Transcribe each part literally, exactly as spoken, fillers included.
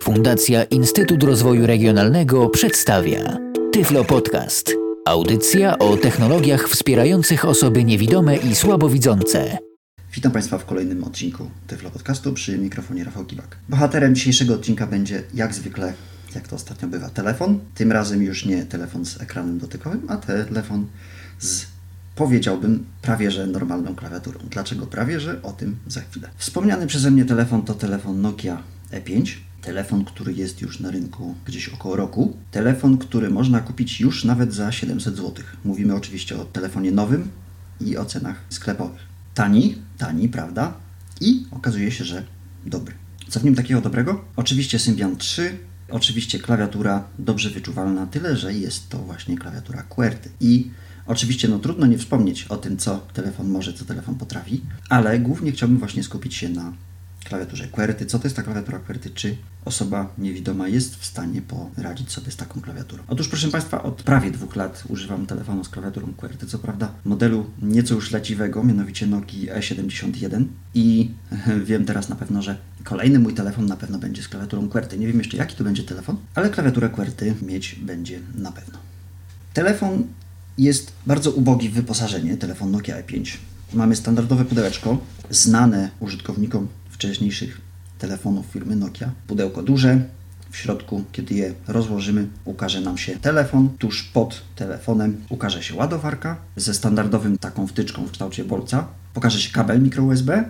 Fundacja Instytut Rozwoju Regionalnego przedstawia Tyflo Podcast. Audycja o technologiach wspierających osoby niewidome i słabowidzące. Witam Państwa w kolejnym odcinku Tyflo Podcastu przy mikrofonie Rafał Kiwak. Bohaterem dzisiejszego odcinka będzie, jak zwykle, jak to ostatnio bywa, telefon. Tym razem już nie telefon z ekranem dotykowym, a telefon z, powiedziałbym, prawie że normalną klawiaturą. Dlaczego prawie że? O tym za chwilę. Wspomniany przeze mnie telefon to telefon Nokia E pięć. Telefon, który jest już na rynku gdzieś około roku. Telefon, który można kupić już nawet za siedemset złotych. Mówimy oczywiście o telefonie nowym i o cenach sklepowych. Tani, tani, prawda? I okazuje się, że dobry. Co w nim takiego dobrego? Oczywiście Symbian trzy, oczywiście klawiatura dobrze wyczuwalna, tyle że jest to właśnie klawiatura QWERTY. I oczywiście no trudno nie wspomnieć o tym, co telefon może, co telefon potrafi, ale głównie chciałbym właśnie skupić się na klawiaturze QWERTY. Co to jest ta klawiatura QWERTY? Czy osoba niewidoma jest w stanie poradzić sobie z taką klawiaturą? Otóż, proszę Państwa, od prawie dwóch lat używam telefonu z klawiaturą QWERTY. Co prawda modelu nieco już leciwego, mianowicie Nokii E siedemdziesiąt jeden. I wiem teraz na pewno, że kolejny mój telefon na pewno będzie z klawiaturą QWERTY. Nie wiem jeszcze, jaki to będzie telefon, ale klawiaturę QWERTY mieć będzie na pewno. Telefon jest bardzo ubogi w wyposażenie, telefon Nokia E pięć. Mamy standardowe pudełeczko, znane użytkownikom wcześniejszych telefonów firmy Nokia. Pudełko duże, w środku, kiedy je rozłożymy, ukaże nam się telefon. Tuż pod telefonem ukaże się ładowarka ze standardowym taką wtyczką w kształcie bolca. Pokaże się kabel mikro U S B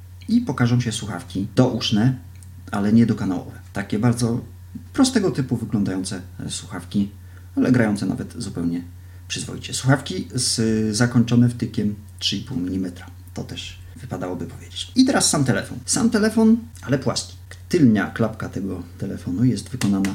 i pokażą się słuchawki douszne, ale nie dokanałowe. Takie bardzo prostego typu wyglądające słuchawki, ale grające nawet zupełnie przyzwoicie. Słuchawki z, zakończone wtykiem trzy i pół milimetra. To też wypadałoby powiedzieć. I teraz sam telefon. Sam telefon, ale płaski. Tylnia klapka tego telefonu jest wykonana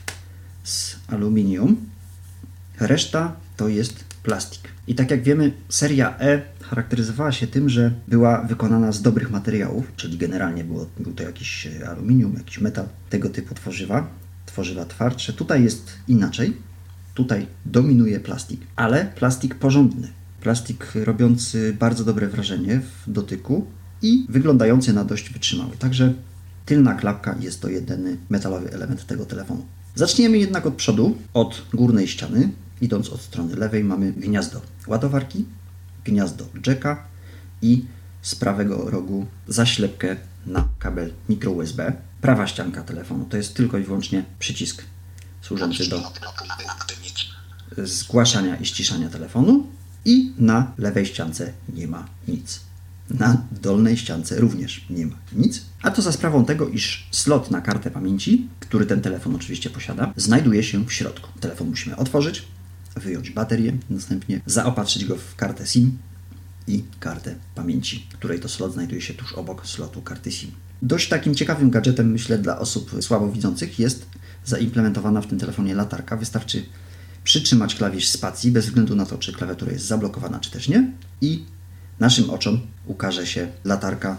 z aluminium. Reszta to jest plastik. I tak jak wiemy, seria E charakteryzowała się tym, że była wykonana z dobrych materiałów, czyli generalnie było, był to jakiś aluminium, jakiś metal, tego typu tworzywa, tworzywa twardsze. Tutaj jest inaczej. Tutaj dominuje plastik, ale plastik porządny. Plastik robiący bardzo dobre wrażenie w dotyku i wyglądający na dość wytrzymały. Także tylna klapka jest to jedyny metalowy element tego telefonu. Zaczniemy jednak od przodu, od górnej ściany. Idąc od strony lewej mamy gniazdo ładowarki, gniazdo jacka i z prawego rogu zaślepkę na kabel mikro U S B. Prawa ścianka telefonu to jest tylko i wyłącznie przycisk służący do zgłaszania i ściszania telefonu. I na lewej ściance nie ma nic. Na dolnej ściance również nie ma nic. A to za sprawą tego, iż slot na kartę pamięci, który ten telefon oczywiście posiada, znajduje się w środku. Telefon musimy otworzyć, wyjąć baterię, następnie zaopatrzyć go w kartę SIM i kartę pamięci, której to slot znajduje się tuż obok slotu karty SIM. Dość takim ciekawym gadżetem, myślę, dla osób słabowidzących jest zaimplementowana w tym telefonie latarka. Wystarczy przytrzymać klawisz spacji bez względu na to, czy klawiatura jest zablokowana, czy też nie. I naszym oczom ukaże się latarka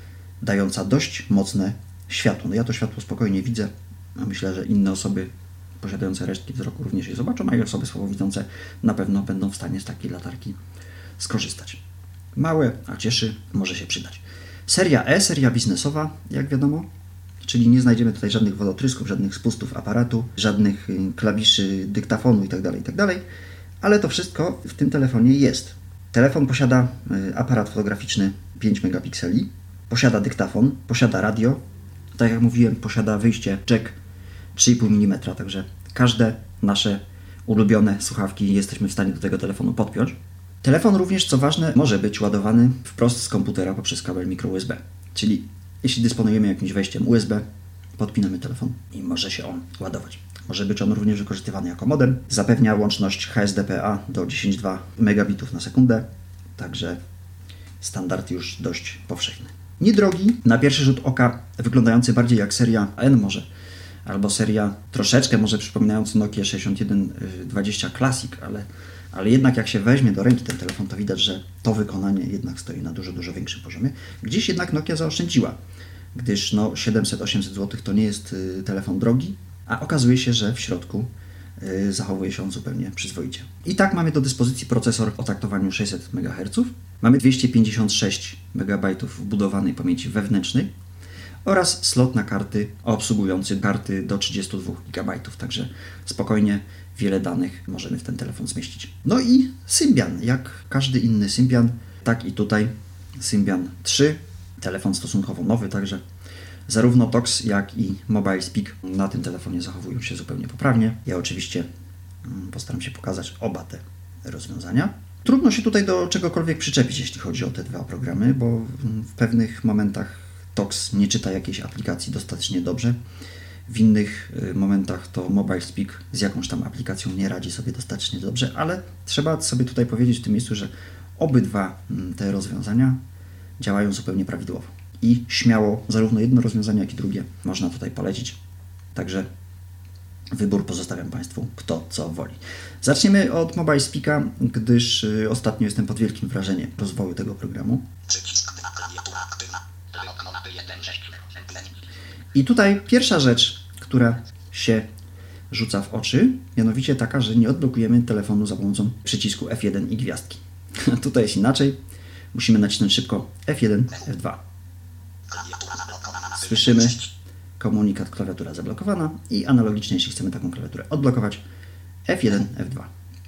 dająca dość mocne światło. No ja to światło spokojnie widzę, a myślę, że inne osoby posiadające resztki wzroku również je zobaczą, a i osoby słabowidzące na pewno będą w stanie z takiej latarki skorzystać. Małe, a cieszy, może się przydać. Seria E, seria biznesowa, jak wiadomo, czyli nie znajdziemy tutaj żadnych wodotrysków, żadnych spustów aparatu, żadnych klawiszy dyktafonu itd., itd., ale to wszystko w tym telefonie jest. Telefon posiada aparat fotograficzny pięć megapikseli, posiada dyktafon, posiada radio, tak jak mówiłem, posiada wyjście jack trzy i pół milimetra, także każde nasze ulubione słuchawki jesteśmy w stanie do tego telefonu podpiąć. Telefon również, co ważne, może być ładowany wprost z komputera poprzez kabel mikro U S B, czyli jeśli dysponujemy jakimś wejściem U S B, podpinamy telefon i może się on ładować. Może być on również wykorzystywany jako modem. Zapewnia łączność H S D P A do dziesięć przecinek dwa megabitów na sekundę, także standard już dość powszechny. Niedrogi, na pierwszy rzut oka wyglądający bardziej jak seria N może, albo seria troszeczkę może przypominający Nokia sześćdziesiąt jeden dwadzieścia Classic, ale, ale jednak jak się weźmie do ręki ten telefon, to widać, że to wykonanie jednak stoi na dużo, dużo większym poziomie. Gdzieś jednak Nokia zaoszczędziła, gdyż no siedemset osiemset złotych to nie jest y, telefon drogi, a okazuje się, że w środku y, zachowuje się on zupełnie przyzwoicie. I tak mamy do dyspozycji procesor o taktowaniu sześćset megaherców, mamy dwieście pięćdziesiąt sześć megabajtów wbudowanej pamięci wewnętrznej oraz slot na karty obsługujący karty do trzydzieści dwa gigabajtów, także spokojnie wiele danych możemy w ten telefon zmieścić. No i Symbian, jak każdy inny Symbian, tak i tutaj Symbian trzy, telefon stosunkowo nowy, także zarówno Tox, jak i Mobile Speak na tym telefonie zachowują się zupełnie poprawnie. Ja oczywiście postaram się pokazać oba te rozwiązania. Trudno się tutaj do czegokolwiek przyczepić, jeśli chodzi o te dwa programy, bo w pewnych momentach Tox nie czyta jakiejś aplikacji dostatecznie dobrze. W innych momentach to Mobile Speak z jakąś tam aplikacją nie radzi sobie dostatecznie dobrze, ale trzeba sobie tutaj powiedzieć w tym miejscu, że obydwa te rozwiązania działają zupełnie prawidłowo. I śmiało zarówno jedno rozwiązanie, jak i drugie można tutaj polecić. Także wybór pozostawiam Państwu, kto co woli. Zaczniemy od Mobile Speaka, gdyż ostatnio jestem pod wielkim wrażeniem rozwoju tego programu. I tutaj pierwsza rzecz, która się rzuca w oczy, mianowicie taka, że nie odblokujemy telefonu za pomocą przycisku F jeden i gwiazdki. Tutaj jest inaczej. Musimy nacisnąć szybko F jeden, F dwa. Słyszymy komunikat klawiatura zablokowana i analogicznie, jeśli chcemy taką klawiaturę odblokować, F jeden, F dwa.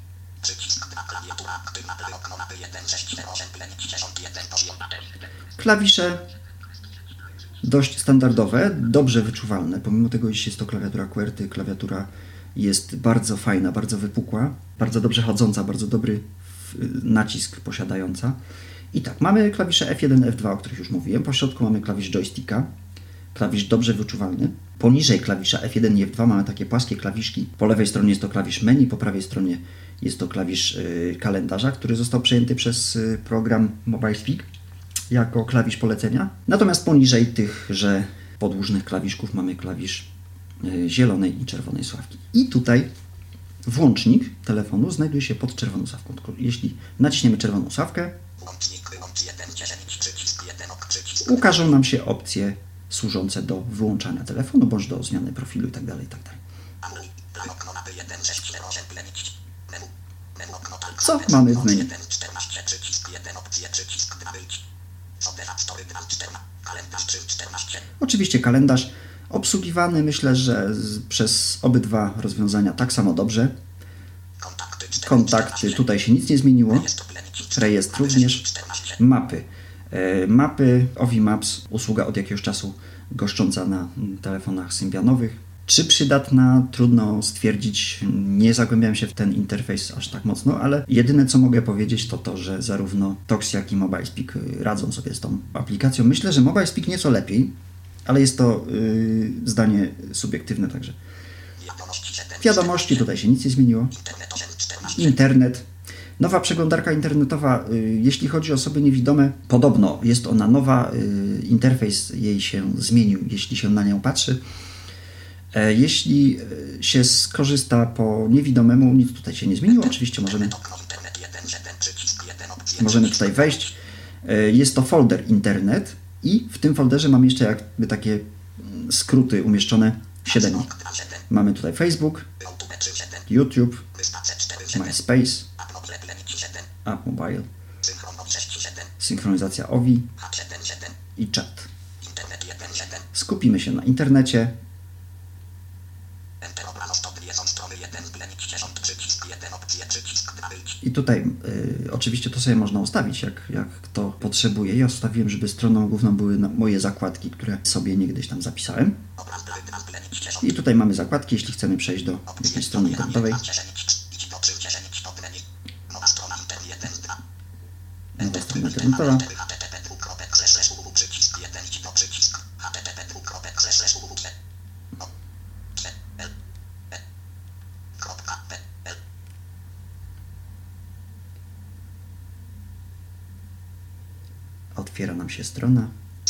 Klawisze dość standardowe, dobrze wyczuwalne, pomimo tego, iż jest to klawiatura QWERTY, klawiatura jest bardzo fajna, bardzo wypukła, bardzo dobrze chodząca, bardzo dobry nacisk posiadająca. I tak, mamy klawisze F jeden, F dwa, o których już mówiłem, po środku mamy klawisz joysticka, klawisz dobrze wyczuwalny. Poniżej klawisza F jeden i F dwa mamy takie płaskie klawiszki. Po lewej stronie jest to klawisz menu, po prawej stronie jest to klawisz yy, kalendarza, który został przejęty przez yy, program Mobile Speak jako klawisz polecenia. Natomiast poniżej tychże podłużnych klawiszków mamy klawisz yy, zielonej i czerwonej sławki. I tutaj włącznik telefonu znajduje się pod czerwoną sławką. Jeśli naciśniemy czerwoną sławkę, ukażą nam się opcje służące do wyłączania telefonu, bądź do zmiany profilu itd. itd. Co mamy w menu? Oczywiście kalendarz obsługiwany, myślę, że z, przez obydwa rozwiązania tak samo dobrze. Kontakty, tutaj się nic nie zmieniło. Rejestr również. Mapy. Mapy, Ovi Maps, usługa od jakiegoś czasu goszcząca na telefonach symbianowych. Czy przydatna? Trudno stwierdzić. Nie zagłębiałem się w ten interfejs aż tak mocno, ale jedyne co mogę powiedzieć to to, że zarówno Tox, jak i Mobile Speak radzą sobie z tą aplikacją. Myślę, że Mobile Speak nieco lepiej, ale jest to yy, zdanie subiektywne także. Wiadomości, tutaj się nic nie zmieniło. Internet. Nowa przeglądarka internetowa, jeśli chodzi o osoby niewidome, podobno jest ona nowa, interfejs jej się zmienił, jeśli się na nią patrzy. Jeśli się skorzysta po niewidomemu, nic tutaj się nie zmieniło, oczywiście możemy, możemy tutaj wejść. Jest to folder internet i w tym folderze mamy jeszcze jakby takie skróty umieszczone, siedem. Mamy tutaj Facebook, YouTube, MySpace, App Mobile, synchronizacja Ovi i czat. Skupimy się na internecie. I tutaj y, oczywiście to sobie można ustawić, jak, jak kto potrzebuje. Ja ustawiłem, żeby stroną główną były moje zakładki, które sobie niegdyś tam zapisałem. I tutaj mamy zakładki, jeśli chcemy przejść do jakiejś strony internetowej. Nowa strona internetowa. Otwiera nam się strona.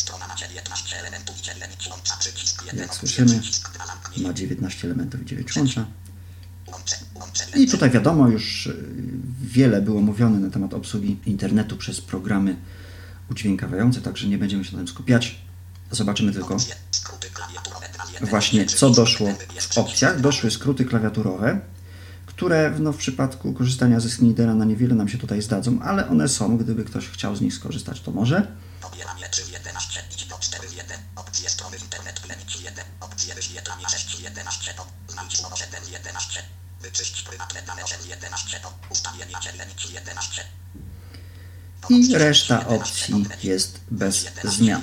Jak słyszymy, ma dziewiętnaście elementów i dziewięć łącza. I tutaj wiadomo, już wiele było mówione na temat obsługi internetu przez programy udźwiękawiające, także nie będziemy się na tym skupiać. Zobaczymy tylko właśnie, co doszło w opcjach. Doszły skróty klawiaturowe, które no, w przypadku korzystania ze screenreadera na niewiele nam się tutaj zdadzą, ale one są, gdyby ktoś chciał z nich skorzystać, to może. internet plenić jeden. Opcje wyświetlania sześć jedenaście to. Znajdź słowo siedem jedenaście. Wyczyść prywatne dane osiem jedenaście to. Ustawienia plenić jedenaście. I reszta opcji jest bez zmian.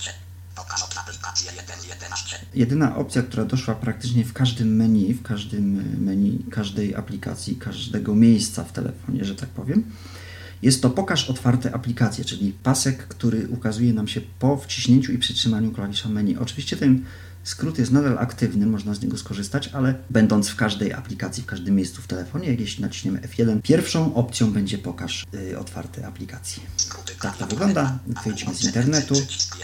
Jedyna opcja, która doszła praktycznie w każdym menu, w każdym menu każdej aplikacji, każdego miejsca w telefonie, że tak powiem, jest to pokaż otwarte aplikacje, czyli pasek, który ukazuje nam się po wciśnięciu i przytrzymaniu klawisza menu. Oczywiście ten skrót jest nadal aktywny, można z niego skorzystać, ale będąc w każdej aplikacji, w każdym miejscu w telefonie, jak jeśli naciśniemy F jeden, pierwszą opcją będzie pokaż y, otwarte aplikacje. Tak to wygląda. Wyjdźmy z internetu.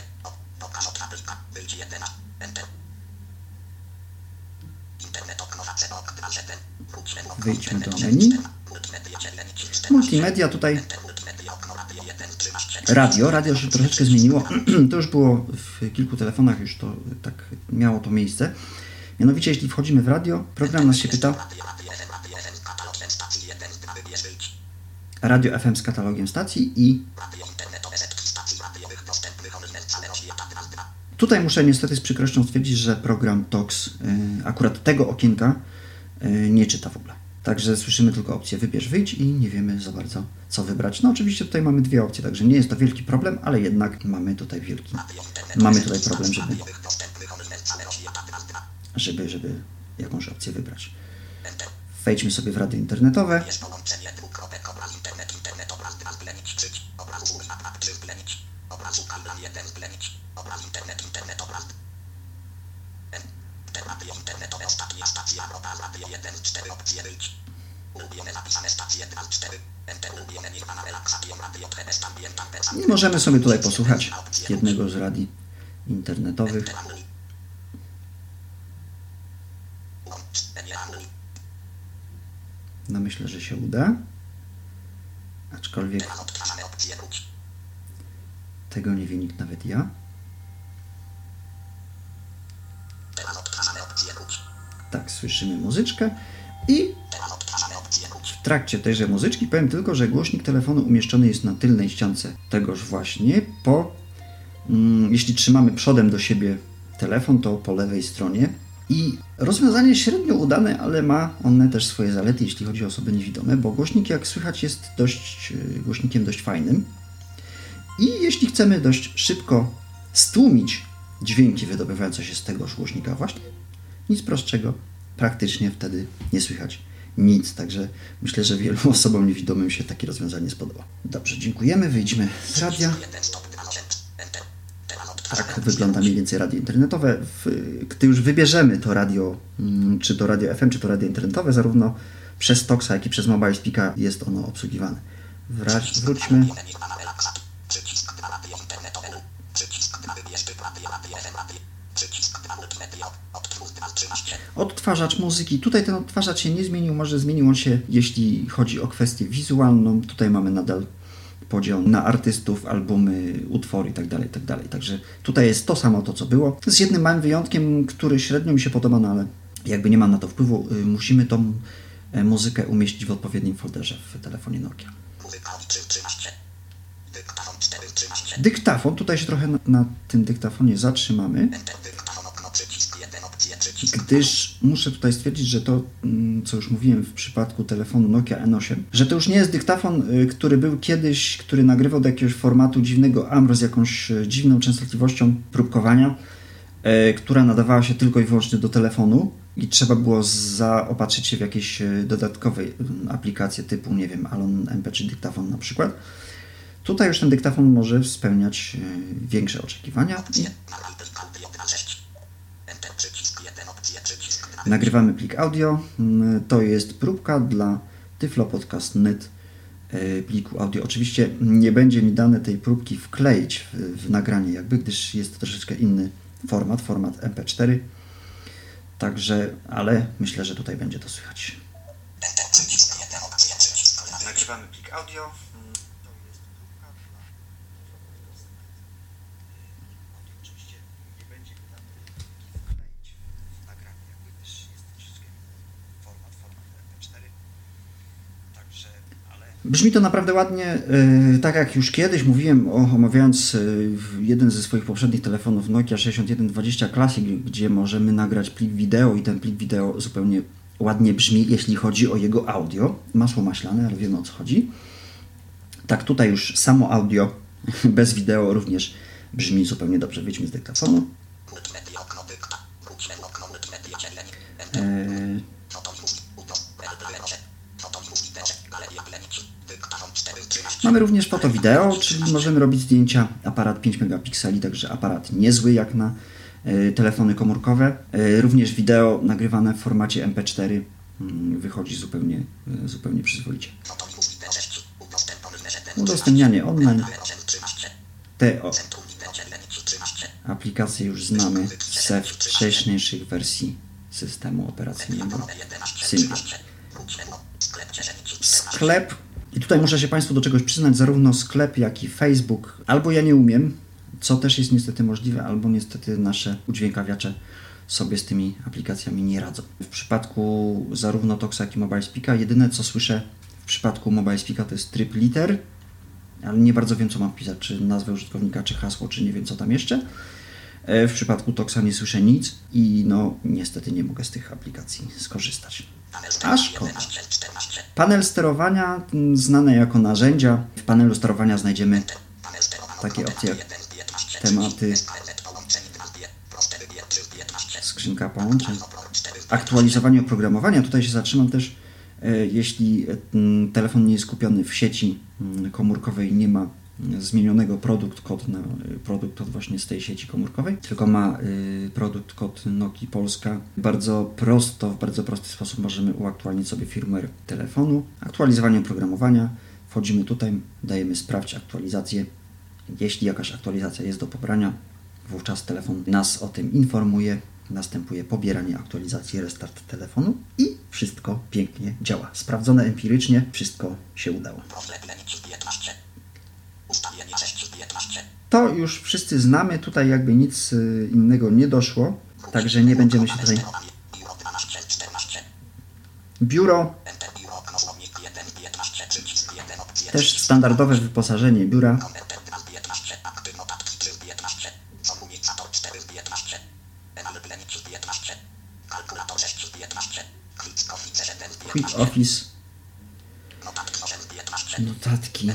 Wyjdźmy do menu. Multimedia tutaj. Radio. Radio się troszeczkę zmieniło. To już było w kilku telefonach, już to tak miało to miejsce. Mianowicie, jeśli wchodzimy w radio, program nas się pyta radio F M z katalogiem stacji i tutaj muszę niestety z przykrością stwierdzić, że program Tox y, akurat tego okienka y, nie czyta w ogóle. Także słyszymy tylko opcję wybierz, wyjdź i nie wiemy za bardzo co wybrać. No oczywiście tutaj mamy dwie opcje, także nie jest to wielki problem, ale jednak mamy tutaj wielki, mamy tutaj problem, żeby, żeby, żeby jakąś opcję wybrać. Wejdźmy sobie w radio internetowe. I możemy sobie tutaj posłuchać jednego z radii internetowych. No myślę, że się uda. Aczkolwiek tego nie wie nikt, nawet ja. Tak, słyszymy muzyczkę i w trakcie tejże muzyczki powiem tylko, że głośnik telefonu umieszczony jest na tylnej ściance tegoż właśnie. Po, mm, jeśli trzymamy przodem do siebie telefon, to po lewej stronie. I rozwiązanie średnio udane, ale ma one też swoje zalety, jeśli chodzi o osoby niewidome, bo głośnik, jak słychać, jest dość, głośnikiem dość fajnym. I jeśli chcemy dość szybko stłumić dźwięki wydobywające się z tegoż głośnika właśnie, nic prostszego, praktycznie wtedy nie słychać nic. Także myślę, że wielu osobom niewidomym się takie rozwiązanie spodoba. Dobrze, dziękujemy. Wyjdźmy z radia. Tak wygląda mniej więcej radio internetowe. Gdy już wybierzemy to radio, czy to radio F M, czy to radio internetowe, zarówno przez Toxa, jak i przez Mobile Speaka jest ono obsługiwane. Wrać, wróćmy. Odtwarzacz muzyki. Tutaj ten odtwarzacz się nie zmienił, może zmienił on się, jeśli chodzi o kwestię wizualną. Tutaj mamy nadal podział na artystów, albumy, utwory itd., itd. Także tutaj jest to samo to, co było. Z jednym małym wyjątkiem, który średnio mi się podoba, no ale jakby nie mam na to wpływu. Musimy tą muzykę umieścić w odpowiednim folderze w telefonie Nokia. Dyktafon. Tutaj się trochę na, na tym dyktafonie zatrzymamy, gdyż muszę tutaj stwierdzić, że to, co już mówiłem w przypadku telefonu Nokia N osiem, że to już nie jest dyktafon, który był kiedyś, który nagrywał do jakiegoś formatu dziwnego A M R O z jakąś dziwną częstotliwością próbkowania, która nadawała się tylko i wyłącznie do telefonu i trzeba było zaopatrzyć się w jakieś dodatkowe aplikacje typu, nie wiem, Alon M P czy dyktafon na przykład. Tutaj już ten dyktafon może spełniać większe oczekiwania. Nagrywamy plik audio. To jest próbka dla tyflopodcast kropka net pliku audio. Oczywiście nie będzie mi dane tej próbki wkleić w, w nagranie jakby, gdyż jest to troszeczkę inny format, format M P cztery. Także, ale myślę, że tutaj będzie to słychać. Nagrywamy plik audio. Brzmi to naprawdę ładnie, tak jak już kiedyś mówiłem, omawiając jeden ze swoich poprzednich telefonów Nokia sześćdziesiąt jeden dwadzieścia Classic, gdzie możemy nagrać plik wideo i ten plik wideo zupełnie ładnie brzmi, jeśli chodzi o jego audio. Masło maślane, ale wiemy, o co chodzi. Tak tutaj już samo audio bez wideo również brzmi zupełnie dobrze. Wyjdźmy z dyktafonu. Eee... Mamy również foto-wideo, czyli możemy robić zdjęcia. Aparat pięć megapikseli, także aparat niezły jak na y, telefony komórkowe. Y, również wideo nagrywane w formacie em pe cztery y, wychodzi zupełnie, y, zupełnie przyzwoicie. Udostępnianie online. Te o, aplikacje już znamy ze wcześniejszych wersji systemu operacyjnego Symbian. Sklep. I tutaj muszę się Państwu do czegoś przyznać, zarówno sklep, jak i Facebook, albo ja nie umiem, co też jest niestety możliwe, albo niestety nasze udźwiękawiacze sobie z tymi aplikacjami nie radzą. W przypadku zarówno Toxa, jak i MobileSpeaka, jedyne co słyszę w przypadku MobileSpeaka to jest tryb liter, ale nie bardzo wiem, co mam wpisać, czy nazwę użytkownika, czy hasło, czy nie wiem, co tam jeszcze. W przypadku Toxa nie słyszę nic i no niestety nie mogę z tych aplikacji skorzystać. A szkoda. Panel sterowania, znane jako narzędzia. W panelu sterowania znajdziemy takie opcje jak tematy, skrzynka połączeń, aktualizowanie oprogramowania. Tutaj się zatrzymam też, jeśli telefon nie jest kupiony w sieci komórkowej, nie ma zmienionego produkt kod na produkt kod właśnie z tej sieci komórkowej, tylko ma y, produkt kod Nokii Polska. Bardzo prosto, w bardzo prosty sposób możemy uaktualnić sobie firmware telefonu. Aktualizowanie oprogramowania. Wchodzimy tutaj, dajemy sprawdź aktualizację. Jeśli jakaś aktualizacja jest do pobrania, wówczas telefon nas o tym informuje. Następuje pobieranie aktualizacji, restart telefonu i wszystko pięknie działa. Sprawdzone empirycznie, wszystko się udało. To już wszyscy znamy, tutaj jakby nic innego nie doszło, także nie będziemy się tutaj... Biuro, też standardowe wyposażenie biura. Quick Office, notatki,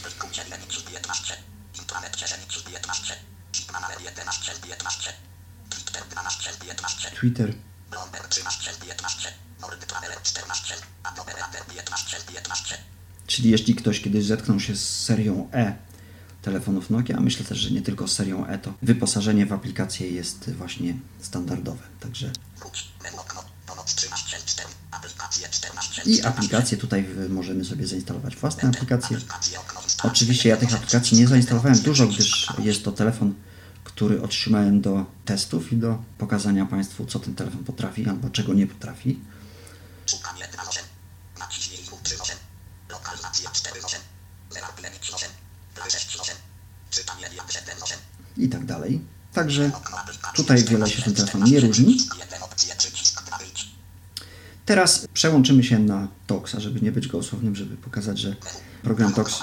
Twitter, czyli jeśli ktoś kiedyś zetknął się z serią E telefonów Nokia, a myślę też, że nie tylko z serią E, to wyposażenie w aplikacje jest właśnie standardowe, także i aplikacje tutaj możemy sobie zainstalować własne aplikacje. Oczywiście ja tych aplikacji nie zainstalowałem dużo, gdyż jest to telefon, który otrzymałem do testów i do pokazania Państwu, co ten telefon potrafi albo czego nie potrafi. I tak dalej. Także tutaj wiele się ten telefon nie różni. Teraz przełączymy się na Toxa, żeby nie być gołosłownym, żeby pokazać, że program Tox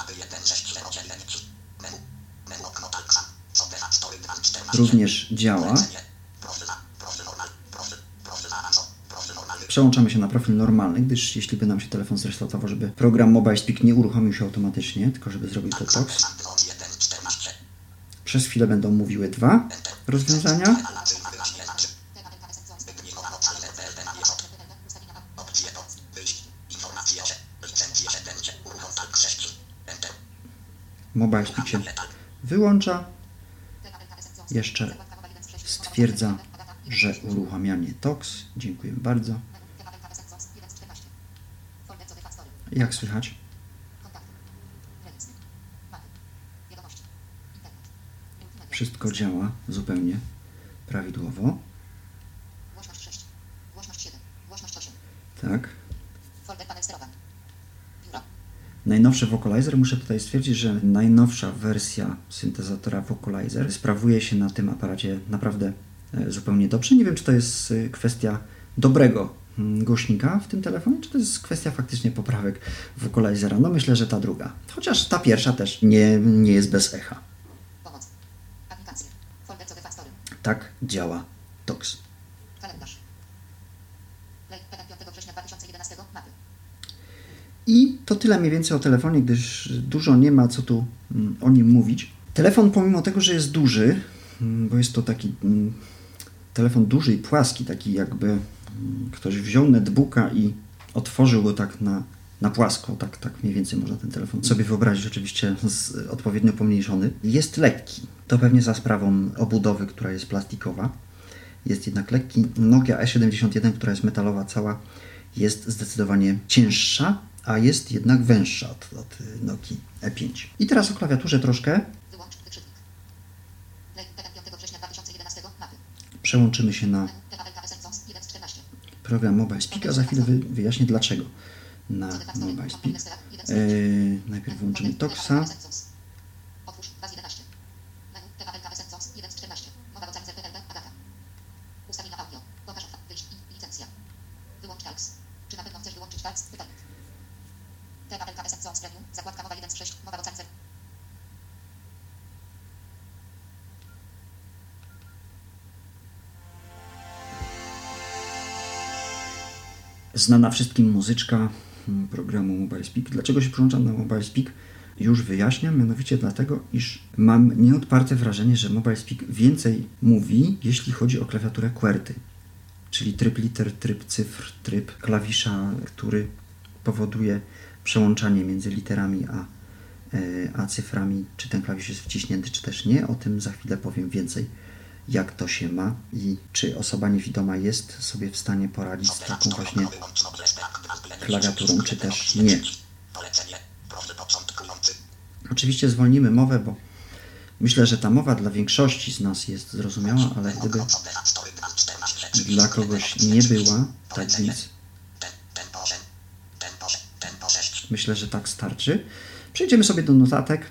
również działa. Przełączamy się na profil normalny, gdyż jeśli by nam się telefon zrestartował, żeby program MobileSpeak nie uruchomił się automatycznie, tylko żeby zrobił to Tox. Przez chwilę będą mówiły dwa rozwiązania. MobileSpeak się wyłącza. Jeszcze stwierdza, że uruchamianie Tox. Dziękuję bardzo. Jak słychać? Wszystko działa zupełnie prawidłowo. Tak. Najnowszy Vocalizer, muszę tutaj stwierdzić, że najnowsza wersja syntezatora Vocalizer sprawuje się na tym aparacie naprawdę zupełnie dobrze. Nie wiem, czy to jest kwestia dobrego głośnika w tym telefonie, czy to jest kwestia faktycznie poprawek vocalizera? No myślę, że ta druga. Chociaż ta pierwsza też nie, nie jest bez echa. Pomoc. Aplikacje. Folder co defaktory. Tak działa Tox. Kalendarz. Lej piątego września dwa tysiące jedenastego. Mapy. I to tyle mniej więcej o telefonie, gdyż dużo nie ma co tu mm, o nim mówić. Telefon, pomimo tego, że jest duży, mm, bo jest to taki mm, telefon duży i płaski, taki jakby mm, ktoś wziął netbooka i otworzył go tak na, na płasko, tak, tak mniej więcej można ten telefon sobie wyobrazić, oczywiście z, odpowiednio pomniejszony. Jest lekki, to pewnie za sprawą obudowy, która jest plastikowa. Jest jednak lekki. Nokia E siedemdziesiąt jeden, która jest metalowa cała, jest zdecydowanie cięższa, a jest jednak węższa od, od Nokii E pięć. I teraz o klawiaturze troszkę. Wyłącz wykrzyknik. Lej piątego września dwa tysiące jedenastego. Mapy. Przełączymy się na T H L K S N jeden z czternaście. program Mobile Speak, a za chwilę wy, wyjaśnię dlaczego na Mobile Speak. Yy, najpierw włączymy Toxa. Otwórz baz jedenaście. Menu T H L K S N jeden z czternaście. Mowa o całce P L D Agata. Ustawienia audio. Pokaż okna. Wyjść i licencja. Wyłącz Talks. Czy na pewno chcesz wyłączyć Talks? Pytanie. T H L K S N Premium. Zakładka mowa jeden z sześć. Mowa o całce. Znana wszystkim muzyczka programu Mobile Speak. Dlaczego się przyłączam na Mobile Speak? Już wyjaśniam, mianowicie dlatego, iż mam nieodparte wrażenie, że Mobile Speak więcej mówi, jeśli chodzi o klawiaturę QWERTY, czyli tryb liter, tryb cyfr, tryb klawisza, który powoduje przełączanie między literami a, a cyframi, czy ten klawisz jest wciśnięty, czy też nie. O tym za chwilę powiem więcej, jak to się ma i czy osoba niewidoma jest sobie w stanie poradzić z taką właśnie klawiaturą, czy też nie. Oczywiście zwolnimy mowę, bo myślę, że ta mowa dla większości z nas jest zrozumiała, ale gdyby dla kogoś nie była, tak więc myślę, że tak starczy. Przejdziemy sobie do notatek.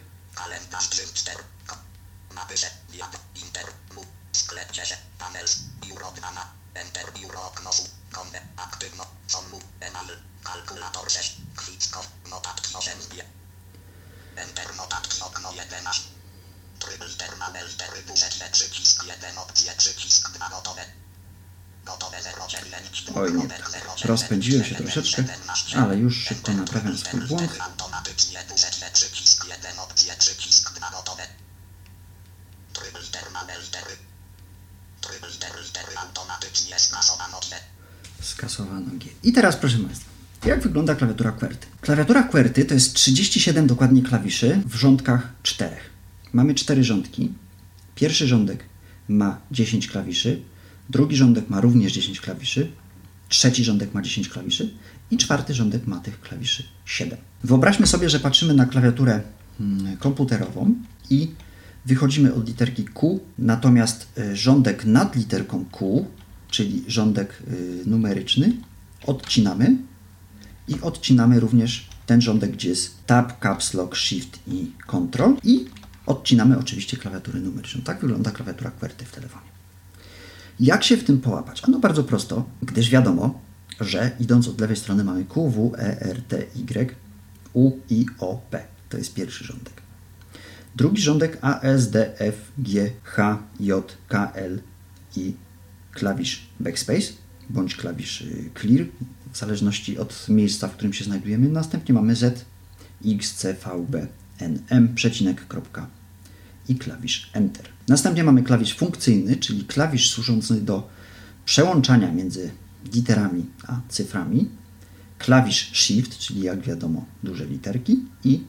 Enter notatki okno jedenaście. Tryb literalne litery buzetne przycisk jeden opcje przycisk dwa gotowe. Gotowe zero dziewięć. Oj nie, rozpędziłem się troszeczkę, ale już szybko naprawiam swój błąd. Automatycznie buzetne przycisk jeden opcje przycisk dwa gotowe. Tryb literalne litery. Tryb liter litery automatycznie skasowano G. Skasowano G. I teraz proszę Państwa. Jak wygląda klawiatura QWERTY? Klawiatura QWERTY to jest trzydzieści siedem dokładnie klawiszy w rządkach czterech. Mamy cztery rządki. Pierwszy rządek ma dziesięć klawiszy, drugi rządek ma również dziesięć klawiszy, trzeci rządek ma dziesięć klawiszy i czwarty rządek ma tych klawiszy siedem. Wyobraźmy sobie, że patrzymy na klawiaturę komputerową i wychodzimy od literki Q, natomiast rządek nad literką Q, czyli rządek numeryczny, odcinamy. I odcinamy również ten rządek, gdzie jest Tab, Caps Lock, Shift i Control. I odcinamy oczywiście klawiaturę numeryczną. Tak wygląda klawiatura QWERTY w telefonie. Jak się w tym połapać? Ano bardzo prosto, gdyż wiadomo, że idąc od lewej strony mamy Q, W, E, R, T, Y, U, I, O, P. To jest pierwszy rządek. Drugi rządek A, S, D, F, G, H, J, K, L i klawisz Backspace bądź klawisz Clear, w zależności od miejsca, w którym się znajdujemy. Następnie mamy Z, X, C, V, B, N, M, przecinek, kropka i klawisz Enter. Następnie mamy klawisz funkcyjny, czyli klawisz służący do przełączania między literami a cyframi. Klawisz Shift, czyli jak wiadomo duże literki i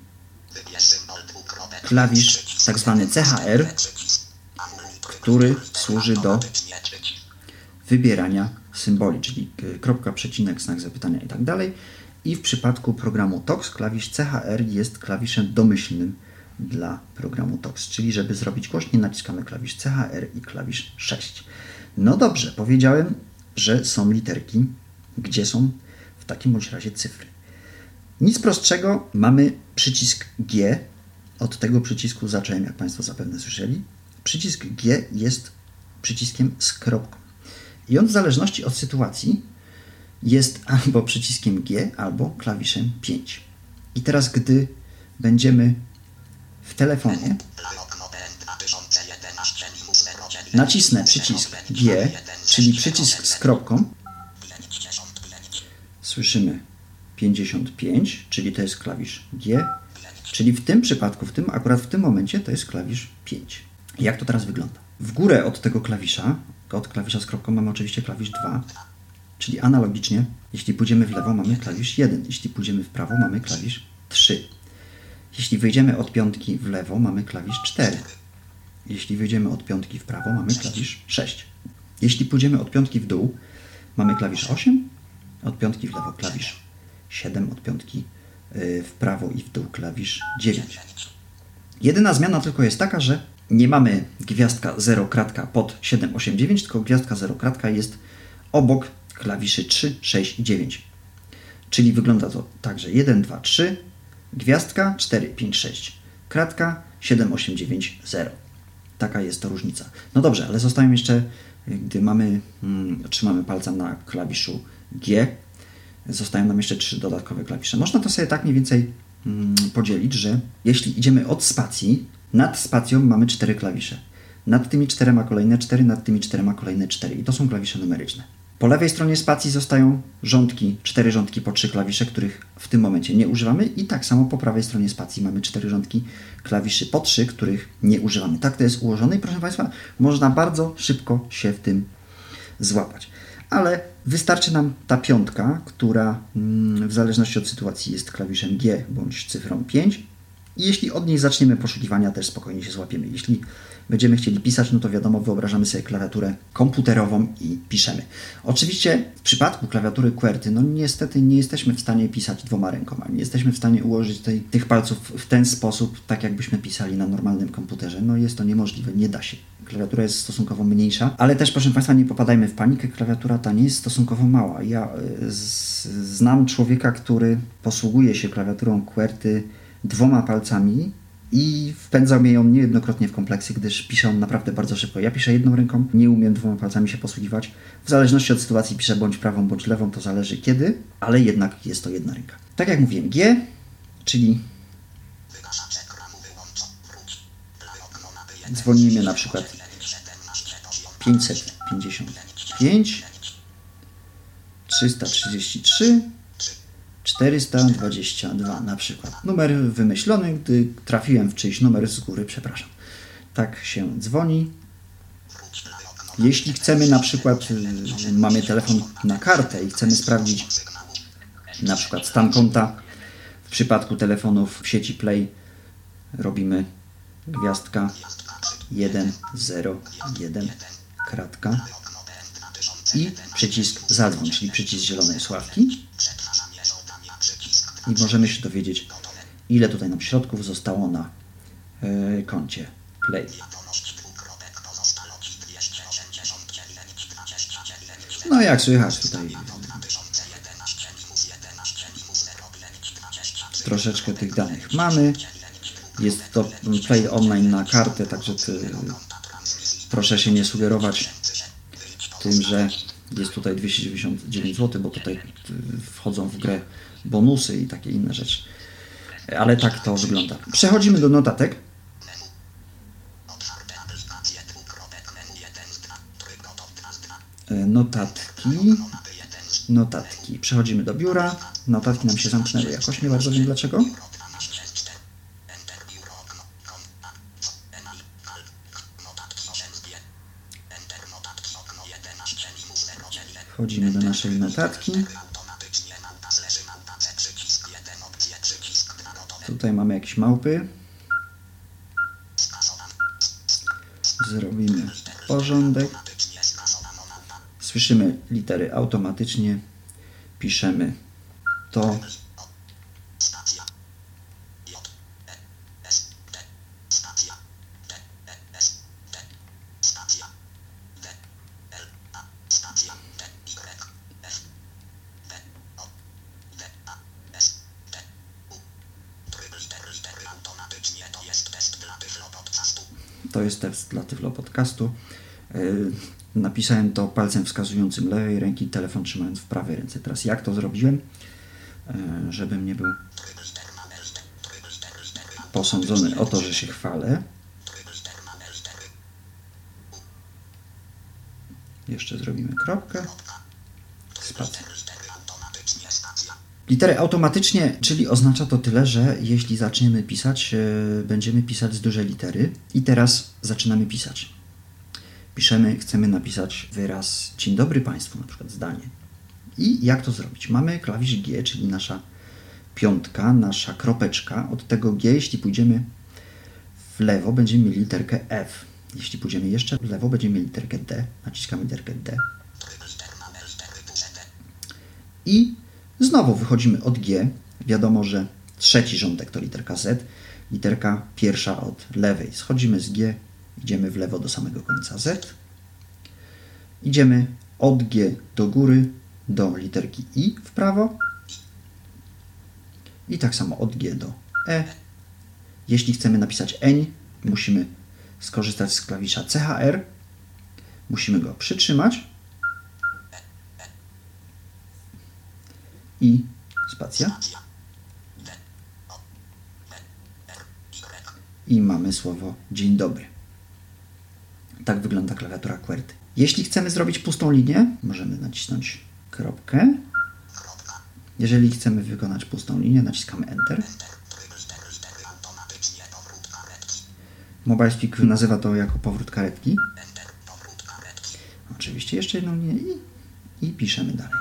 klawisz tak zwany C H R, który służy do wybierania symboli, czyli kropka, przecinek, znak zapytania i tak dalej. I w przypadku programu Tox klawisz C H R jest klawiszem domyślnym dla programu Tox, czyli żeby zrobić głośniej naciskamy klawisz C H R i klawisz sześć. No dobrze, powiedziałem, że są literki, gdzie są w takim bądź razie cyfry. Nic prostszego, mamy przycisk G, od tego przycisku zacząłem, jak Państwo zapewne słyszeli. Przycisk G jest przyciskiem z kropką. I on w zależności od sytuacji jest albo przyciskiem G, albo klawiszem pięć. I teraz, gdy będziemy w telefonie, nacisnę przycisk G, czyli przycisk z kropką, słyszymy pięćdziesiąt pięć, czyli to jest klawisz G, czyli w tym przypadku, w tym, akurat w tym momencie to jest klawisz pięć. Jak to teraz wygląda? W górę od tego klawisza, od klawisza z kropką mamy oczywiście klawisz dwa, czyli analogicznie, jeśli pójdziemy w lewo, mamy klawisz jeden, jeśli pójdziemy w prawo, mamy klawisz trzy. Jeśli wyjdziemy od piątki w lewo, mamy klawisz cztery. Jeśli wyjdziemy od piątki w prawo, mamy klawisz sześć. Jeśli pójdziemy od piątki w dół, mamy klawisz osiem, od piątki w lewo klawisz siedem, od piątki w prawo i w dół klawisz dziewięć. Jedyna zmiana tylko jest taka, że nie mamy gwiazdka zero kratka pod siedem, osiem, dziewięć, tylko gwiazdka zero kratka jest obok klawiszy trzy, sześć i dziewięć. Czyli wygląda to tak, że jeden, dwa, trzy, gwiazdka, cztery, pięć, sześć, kratka, siedem, osiem, dziewięć, zero. Taka jest to różnica. No dobrze, ale zostają jeszcze, gdy mamy, hmm, trzymamy palcem na klawiszu G, zostają nam jeszcze trzy dodatkowe klawisze. Można to sobie tak mniej więcej hmm, podzielić, że jeśli idziemy od spacji, nad spacją mamy cztery klawisze. Nad tymi czterema kolejne cztery, nad tymi czterema kolejne cztery. I to są klawisze numeryczne. Po lewej stronie spacji zostają rządki, cztery rządki po trzy klawisze, których w tym momencie nie używamy. I tak samo po prawej stronie spacji mamy cztery rządki klawiszy po trzy, których nie używamy. Tak to jest ułożone i proszę Państwa, można bardzo szybko się w tym złapać. Ale wystarczy nam ta piątka, która mm, w zależności od sytuacji jest klawiszem G bądź cyfrą pięć. I jeśli od niej zaczniemy poszukiwania, też spokojnie się złapiemy. Jeśli będziemy chcieli pisać, no to wiadomo, wyobrażamy sobie klawiaturę komputerową i piszemy. Oczywiście w przypadku klawiatury QWERTY, no niestety nie jesteśmy w stanie pisać dwoma rękoma. Nie jesteśmy w stanie ułożyć tej, tych palców w ten sposób, tak jakbyśmy pisali na normalnym komputerze. No jest to niemożliwe, nie da się. Klawiatura jest stosunkowo mniejsza, ale też, proszę Państwa, nie popadajmy w panikę. Klawiatura ta nie jest stosunkowo mała. Ja z, znam człowieka, który posługuje się klawiaturą QWERTY dwoma palcami i wpędzał mnie ją niejednokrotnie w kompleksy, gdyż pisze on naprawdę bardzo szybko. Ja piszę jedną ręką, nie umiem dwoma palcami się posługiwać. W zależności od sytuacji piszę bądź prawą, bądź lewą, to zależy kiedy, ale jednak jest to jedna ręka. Tak jak mówiłem, G, czyli dzwonimy na przykład pięćset pięćdziesiąt pięć, trzysta trzydzieści trzy, czterysta dwadzieścia dwa na przykład. Numer wymyślony, gdy trafiłem w czyjś numer z góry, przepraszam. Tak się dzwoni. Jeśli chcemy na przykład, mamy telefon na kartę i chcemy sprawdzić na przykład stan konta, w przypadku telefonów w sieci Play robimy gwiazdka jeden zero jeden kratka i przycisk zadzwoń, czyli przycisk zielonej sławki. I możemy się dowiedzieć, ile tutaj nam środków zostało na yy, koncie Play. No jak słychać tutaj troszeczkę tych danych mamy. Jest to Play online na kartę, także ty, proszę się nie sugerować tym, że jest tutaj dwieście dziewięćdziesiąt dziewięć złotych, bo tutaj wchodzą w grę bonusy i takie inne rzeczy. Ale tak to wygląda. Przechodzimy do notatek. Notatki. Notatki. Przechodzimy do biura. Notatki nam się zamknęły jakoś, nie bardzo wiem dlaczego. Wchodzimy do naszej notatki. Tutaj mamy jakieś małpy. Zrobimy porządek. Słyszymy litery automatycznie. Piszemy to. To jest test dla Tyflo Podcastu. napisałem to palcem wskazującym lewej ręki, telefon trzymając w prawej ręce. Teraz jak to zrobiłem, żebym nie był posądzony o to, że się chwalę. Jeszcze zrobimy kropkę. Spacja. Litery automatycznie, czyli oznacza to tyle, że jeśli zaczniemy pisać, będziemy pisać z dużej litery. I teraz zaczynamy pisać. Piszemy, chcemy napisać wyraz dzień dobry Państwu, na przykład zdanie. I jak to zrobić? Mamy klawisz G, czyli nasza piątka, nasza kropeczka. Od tego G, jeśli pójdziemy w lewo, będziemy mieli literkę F. Jeśli pójdziemy jeszcze w lewo, będziemy mieli literkę D. Naciskamy literkę D. I znowu wychodzimy od G. Wiadomo, że trzeci rządek to literka Z. Literka pierwsza od lewej. Schodzimy z G, idziemy w lewo do samego końca Z. Idziemy od G do góry do literki I w prawo. I tak samo od G do E. Jeśli chcemy napisać Eń, musimy skorzystać z klawisza C H R. Musimy go przytrzymać. I spacja. I mamy słowo dzień dobry. Tak wygląda klawiatura QWERTY. Jeśli chcemy zrobić pustą linię, możemy nacisnąć kropkę. Jeżeli chcemy wykonać pustą linię, naciskamy Enter. MobileSpeak nazywa to jako powrót karetki. Oczywiście jeszcze jedną linię i, i piszemy dalej.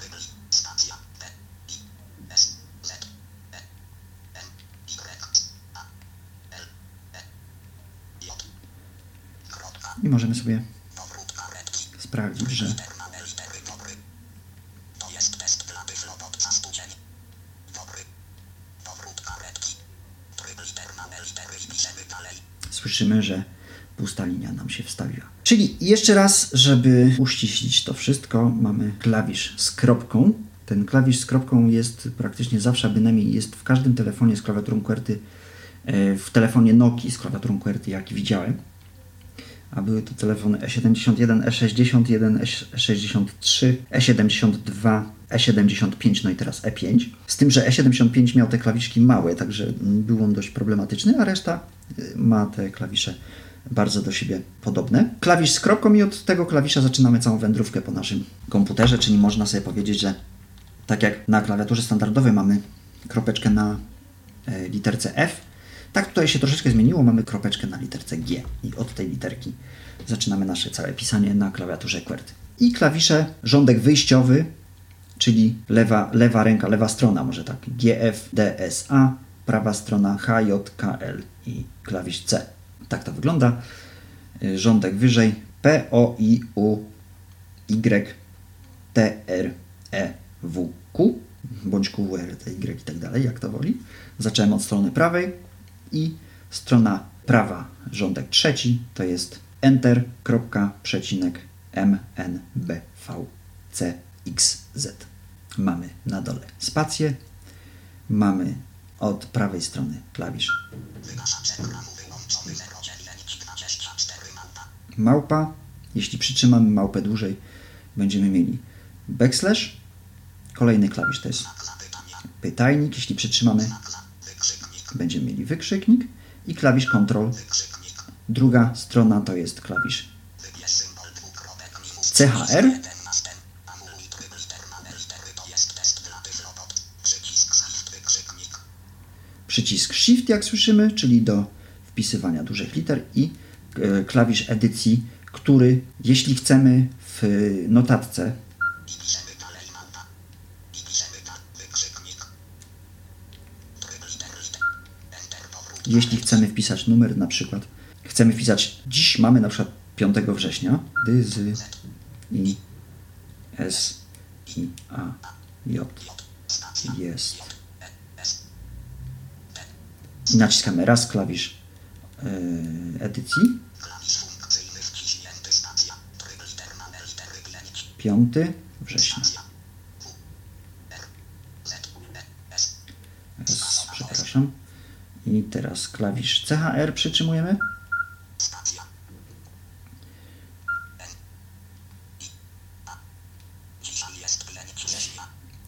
I możemy sobie sprawdzić, że słyszymy, że pusta linia nam się wstawiła. Czyli jeszcze raz, żeby uściślić to wszystko, mamy klawisz z kropką. Ten klawisz z kropką jest praktycznie zawsze, a bynajmniej jest w każdym telefonie z klawiaturą QWERTY, w telefonie Nokii z klawiaturą QWERTY, jaki widziałem. A były to telefony E siedemdziesiąt jeden, E sześćdziesiąt jeden, E sześćdziesiąt trzy, E siedemdziesiąt dwa, E siedemdziesiąt pięć, no i teraz E pięć. Z tym, że E siedemdziesiąt pięć miał te klawiszki małe, także był on dość problematyczny, a reszta ma te klawisze bardzo do siebie podobne. Klawisz z kropką i od tego klawisza zaczynamy całą wędrówkę po naszym komputerze, czyli można sobie powiedzieć, że tak jak na klawiaturze standardowej mamy kropeczkę na literce F, tak tutaj się troszeczkę zmieniło, mamy kropeczkę na literce G i od tej literki zaczynamy nasze całe pisanie na klawiaturze QWERTY. I klawisze, rządek wyjściowy, czyli lewa, lewa ręka, lewa strona, może tak, G F, D, S, A, prawa strona H, J, K, L i klawisz C. Tak to wygląda. Rządek wyżej P, O, I, U, Y, T, R, E, W, Q, bądź Q, W, R, T, Y i tak dalej, jak to woli. Zacząłem od strony prawej i strona prawa, rządek trzeci, to jest Enter, kropka, przecinek, M, N, B, V, C, X, Z. Mamy na dole spację, mamy od prawej strony klawisz małpa. Jeśli przytrzymamy małpę dłużej, będziemy mieli backslash. Kolejny klawisz to jest pytajnik. Jeśli przytrzymamy, będziemy mieli wykrzyknik i klawisz Ctrl. Druga strona to jest klawisz C H R. Przycisk Shift, jak słyszymy, czyli do wpisywania dużych liter i klawisz edycji, który jeśli chcemy w notatce jeśli chcemy wpisać numer, na przykład chcemy wpisać, dziś mamy na przykład piątego września, D, Z, I, S, I, A, J, jest. I naciskamy raz klawisz yy, edycji. piątego września. S, przepraszam. I teraz klawisz C H R przytrzymujemy.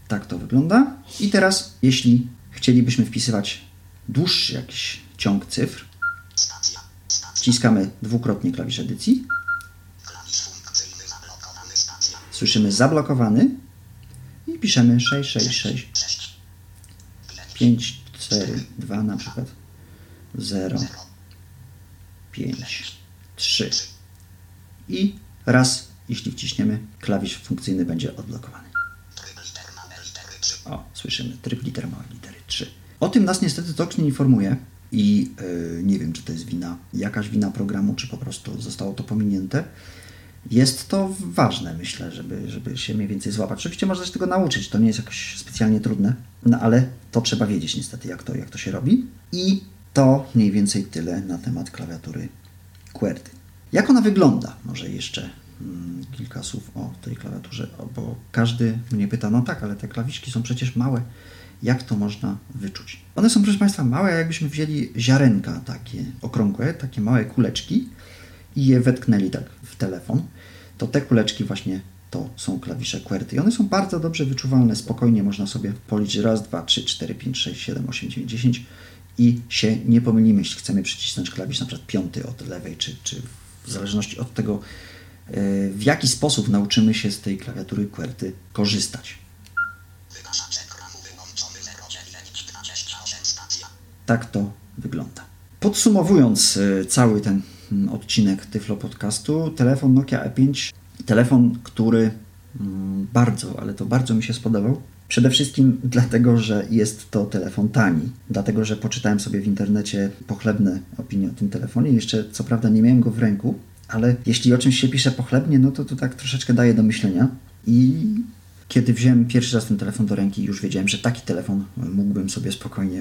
Tak to wygląda. I teraz, jeśli chcielibyśmy wpisywać dłuższy jakiś ciąg cyfr, Stacja. Stacja. wciskamy dwukrotnie klawisz edycji, Klawisz funkcyjny zablokowany. Stacja. słyszymy zablokowany i piszemy sześć sześć sześć sześć. pięć cztery dwa na przykład zero pięć trzy i raz, jeśli wciśniemy, klawisz funkcyjny będzie odblokowany. Tryb liter małe litery trzy. O, słyszymy tryb liter małe litery trzy. O tym nas niestety Tox nie informuje i yy, nie wiem, czy to jest wina, jakaś wina programu, czy po prostu zostało to pominięte. Jest to ważne, myślę, żeby, żeby się mniej więcej złapać. Oczywiście można się tego nauczyć, to nie jest jakoś specjalnie trudne, no ale to trzeba wiedzieć niestety, jak to, jak to się robi. I to mniej więcej tyle na temat klawiatury QWERTY. Jak ona wygląda? Może jeszcze mm, kilka słów o tej klawiaturze, o, bo każdy mnie pyta, no tak, ale te klawiszki są przecież małe. Jak to można wyczuć? One są, proszę Państwa, małe, jakbyśmy wzięli ziarenka takie okrągłe, takie małe kuleczki i je wetknęli tak w telefon, to te kuleczki właśnie to są klawisze QWERTY. I one są bardzo dobrze wyczuwalne, spokojnie można sobie policzyć raz, dwa, trzy, cztery, pięć, sześć, siedem, osiem, dziewięć, dziesięć i się nie pomylimy, jeśli chcemy przycisnąć klawisz na przykład piąty od lewej, czy, czy w zależności od tego, w jaki sposób nauczymy się z tej klawiatury QWERTY korzystać. Wygaszacz ekranu wyłączony zero dziewięć dwadzieścia osiem. Stacja. Tak to wygląda. Podsumowując cały ten odcinek Tyflo Podcastu, telefon Nokia E pięć, telefon, który bardzo, ale to bardzo mi się spodobał. Przede wszystkim dlatego, że jest to telefon tani. Dlatego, że poczytałem sobie w internecie pochlebne opinie o tym telefonie. Jeszcze co prawda nie miałem go w ręku, ale jeśli o czymś się pisze pochlebnie, no to to tak troszeczkę daje do myślenia. I kiedy wziąłem pierwszy raz ten telefon do ręki, już wiedziałem, że taki telefon mógłbym sobie spokojnie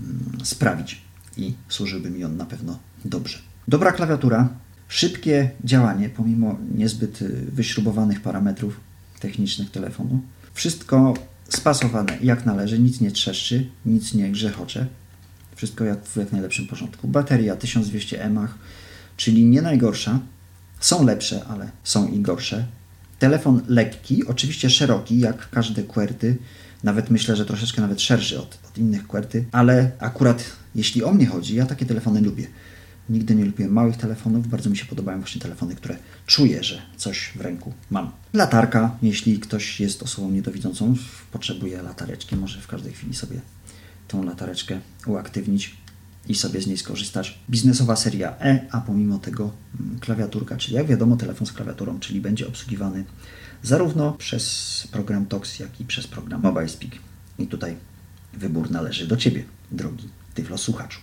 sprawić i służyłby mi on na pewno dobrze. Dobra klawiatura, szybkie działanie, pomimo niezbyt wyśrubowanych parametrów technicznych telefonu. Wszystko spasowane jak należy, nic nie trzeszczy, nic nie grzechocze. Wszystko jak w jak najlepszym porządku. Bateria tysiąc dwieście miliamperów, czyli nie najgorsza. Są lepsze, ale są i gorsze. Telefon lekki, oczywiście szeroki, jak każde QWERTY. Nawet myślę, że troszeczkę nawet szerszy od, od innych QWERTY, ale akurat jeśli o mnie chodzi, ja takie telefony lubię. Nigdy nie lubiłem małych telefonów, bardzo mi się podobają właśnie telefony, które czuję, że coś w ręku mam. Latarka, jeśli ktoś jest osobą niedowidzącą, potrzebuje latareczki, może w każdej chwili sobie tą latareczkę uaktywnić i sobie z niej skorzystać. Biznesowa seria E, a pomimo tego klawiaturka, czyli jak wiadomo telefon z klawiaturą, czyli będzie obsługiwany zarówno przez program Tox, jak i przez program MobileSpeak. I tutaj wybór należy do Ciebie, drogi Tyflo słuchaczu.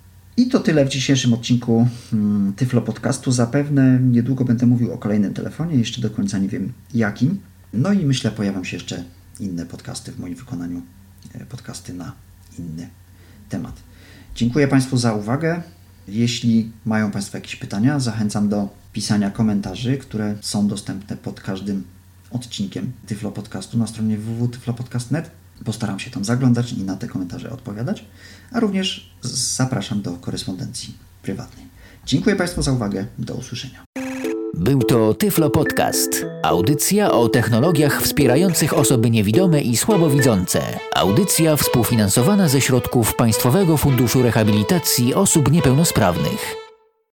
I to tyle w dzisiejszym odcinku hmm, Tyflo Podcastu. Zapewne niedługo będę mówił o kolejnym telefonie, jeszcze do końca nie wiem jakim. No i myślę, pojawią się jeszcze inne podcasty w moim wykonaniu, podcasty na inny temat. Dziękuję Państwu za uwagę. Jeśli mają Państwo jakieś pytania, zachęcam do pisania komentarzy, które są dostępne pod każdym odcinkiem Tyflo Podcastu na stronie w w w kropka tyflo podcast kropka net. Postaram się tam zaglądać i na te komentarze odpowiadać, a również zapraszam do korespondencji prywatnej. Dziękuję Państwu za uwagę. Do usłyszenia. Był to Tyflo Podcast. Audycja o technologiach wspierających osoby niewidome i słabowidzące. Audycja współfinansowana ze środków Państwowego Funduszu Rehabilitacji Osób Niepełnosprawnych.